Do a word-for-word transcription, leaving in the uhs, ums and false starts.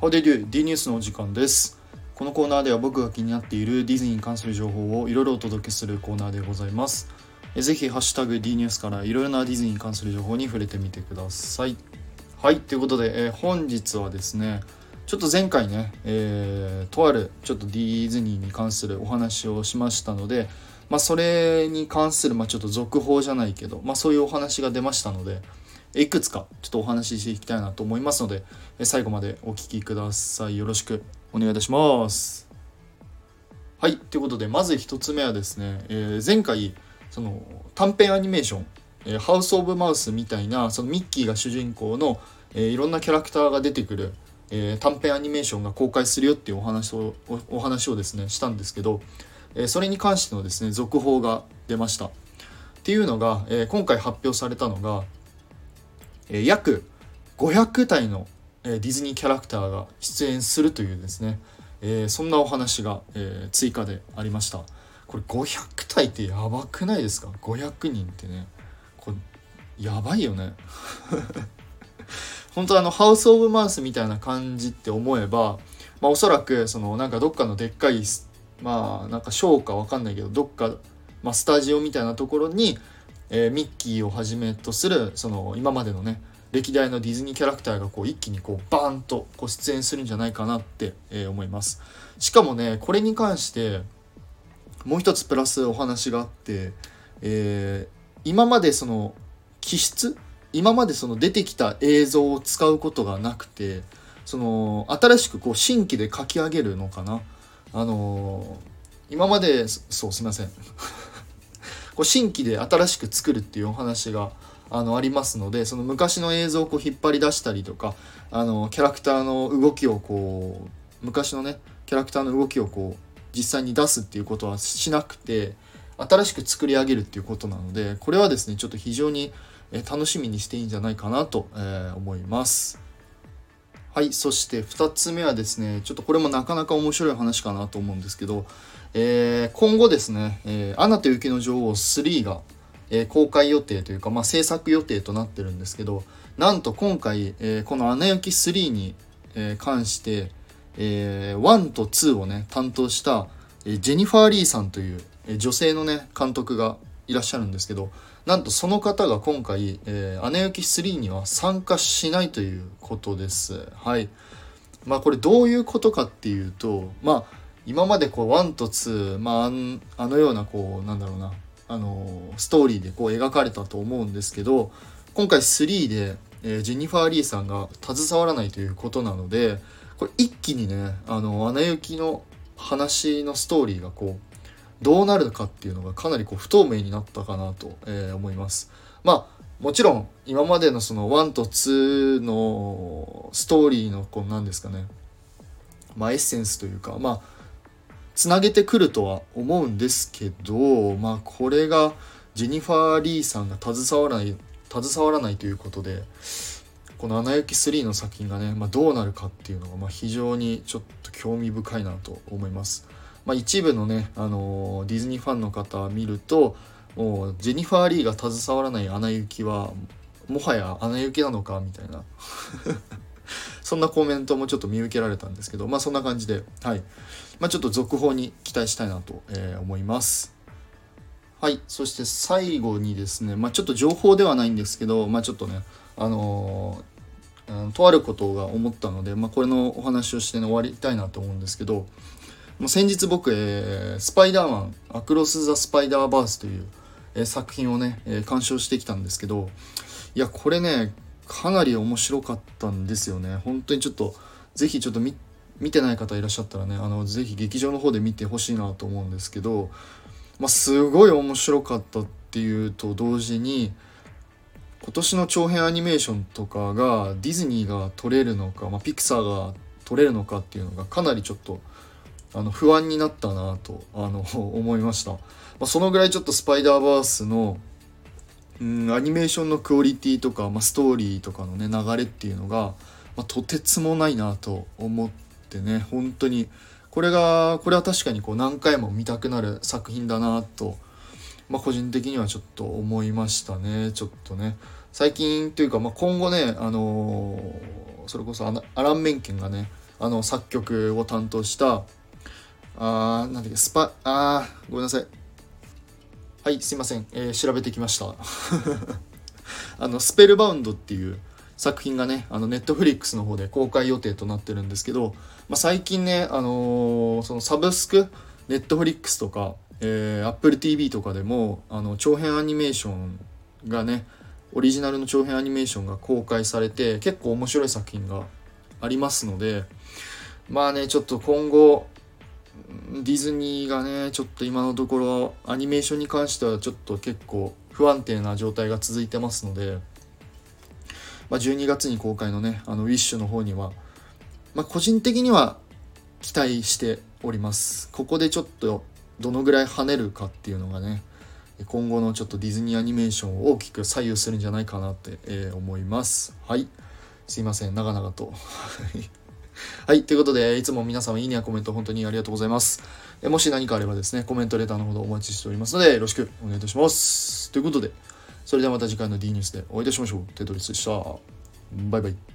How they do? D ニュースのお時間です。このコーナーでは僕が気になっているディズニーに関する情報をいろいろお届けするコーナーでございます。ぜひハッシュタグ D ニュースからいろいろなディズニーに関する情報に触れてみてください。はい、ということで、えー、本日はですね、ちょっと前回ね、えー、とあるちょっとディズニーに関するお話をしましたので、まあ、それに関する、まあ、ちょっと続報じゃないけど、まあ、そういうお話が出ましたので、いくつかちょっとお話ししていきたいなと思いますので、最後までお聞きください。よろしくお願いいたします。はい、ということでまず一つ目はですね、えー、前回その短編アニメーション、えー、ハウス・オブ・マウスみたいなそのミッキーが主人公の、えー、いろんなキャラクターが出てくる、えー、短編アニメーションが公開するよっていうお話を お, お話をですねしたんですけど、えー、それに関してのですね続報が出ました。っていうのが、えー、今回発表されたのが約ごひゃくたいのディズニーキャラクターが出演するというですね、えー、そんなお話が、えー、追加でありました。これごひゃくたいってやばくないですか？ごひゃくにんってね、これやばいよね本当あのハウス・オブ・マウスみたいな感じって思えば、まあ、おそらくそのなんかどっかのでっかいまあなんかショーかわかんないけどどっか、まあ、スタジオみたいなところにえー、ミッキーをはじめとするその今までのね歴代のディズニーキャラクターがこう一気にこうバーンとこう出演するんじゃないかなって、えー、思います。しかもねこれに関してもう一つプラスお話があって、えー、今までその気質今までその出てきた映像を使うことがなくてその新しくこう新規で書き上げるのかなあのー、今までそうすいませんこう新規で新しく作るっていうお話があのありますのでその昔の映像をこう引っ張り出したりとかあのキャラクターの動きをこう昔のねキャラクターの動きをこう実際に出すっていうことはしなくて新しく作り上げるっていうことなのでこれはですねちょっと非常に楽しみにしていいんじゃないかなと、えー、思います。はい、そしてふたつめはですねちょっとこれもなかなか面白い話かなと思うんですけど、えー、今後ですね、えー、アナと雪の女王スリーが、えー、公開予定というか、まあ、制作予定となってるんですけどなんと今回、えー、このアナ雪スリーに、えー、関して、えー、ワンとツーをね担当した、えー、ジェニファー・リーさんという、えー、女性のね監督がいらっしゃるんですけどなんとその方が今回、えー、アナ雪スリーには参加しないということです。はい。まあこれどういうことかっていうと、まあ今までこうワンとツー、まああのようなこうなんだろうな、あのストーリーでこう描かれたと思うんですけど、今回スリーで、えー、ジェニファー・リーさんが携わらないということなので、これ一気にね、あのアナ雪の話のストーリーがこうどうなるかっていうのがかなりこう不透明になったかなと、えー、思います。まあもちろん今までのそのワンとツーのストーリーのこうなんですかね、まあエッセンスというかまあつなげてくるとは思うんですけど、まあこれがジェニファー・リーさんが携わらない携わらないということで、このアナ雪スリーの作品がね、まあ、どうなるかっていうのがまあ非常にちょっと興味深いなと思います。まあ、一部のね、あのー、ディズニーファンの方見るともうジェニファー・リーが携わらないアナ雪はもはやアナ雪なのかみたいなそんなコメントもちょっと見受けられたんですけど、まあそんな感じで、はい、まあ、ちょっと続報に期待したいなと、えー、思います。はい、そして最後にですね、まあ、ちょっと情報ではないんですけど、まあ、ちょっとね、あのー、とあることが思ったので、まあ、これのお話をして、ね、終わりたいなと思うんですけど、もう先日僕、えー、スパイダーマンアクロス・ザ・スパイダーバースという、えー、作品をね、えー、鑑賞してきたんですけど、いやこれねかなり面白かったんですよね。本当にちょっとぜひちょっと 見, 見てない方いらっしゃったらねあのぜひ劇場の方で見てほしいなと思うんですけど、まあ、すごい面白かったっていうと同時に今年の長編アニメーションとかがディズニーが撮れるのか、まあ、ピクサーが撮れるのかっていうのがかなりちょっとあの不安になったなとあの思いました。まあ、そのぐらいちょっとスパイダーバースのうんアニメーションのクオリティとか、まあ、ストーリーとかのね流れっていうのが、まあ、とてつもないなと思ってね本当にこれがこれは確かにこう何回も見たくなる作品だなと、まあ、個人的にはちょっと思いましたね。ちょっとね最近というか、まあ、今後ね、あのー、それこそアラン・メンケンがねあの作曲を担当したあーなんだっけスパあーごめんなさいはいすいません、えー、調べてきましたあのスペルバウンドっていう作品がねあのネットフリックスの方で公開予定となってるんですけど、まあ、最近ね、あのー、そのサブスクネットフリックスとか、えー、Apple ティーブイ とかでもあの長編アニメーションがねオリジナルの長編アニメーションが公開されて結構面白い作品がありますので、まあねちょっと今後ディズニーがねちょっと今のところアニメーションに関してはちょっと結構不安定な状態が続いてますので、まあ、じゅうにがつに公開のねあのウィッシュの方には、まあ、個人的には期待しております。ここでちょっとどのぐらい跳ねるかっていうのがね今後のちょっとディズニーアニメーションを大きく左右するんじゃないかなって、えー、思います。はいすいません長々とはい、ということで、いつも皆様いいねやコメント本当にありがとうございます。えもし何かあればですね、コメントレターのほどお待ちしておりますので、よろしくお願いいたします。ということで、それではまた次回の D ニュースでお会いいたしましょう。テトリスでした。バイバイ。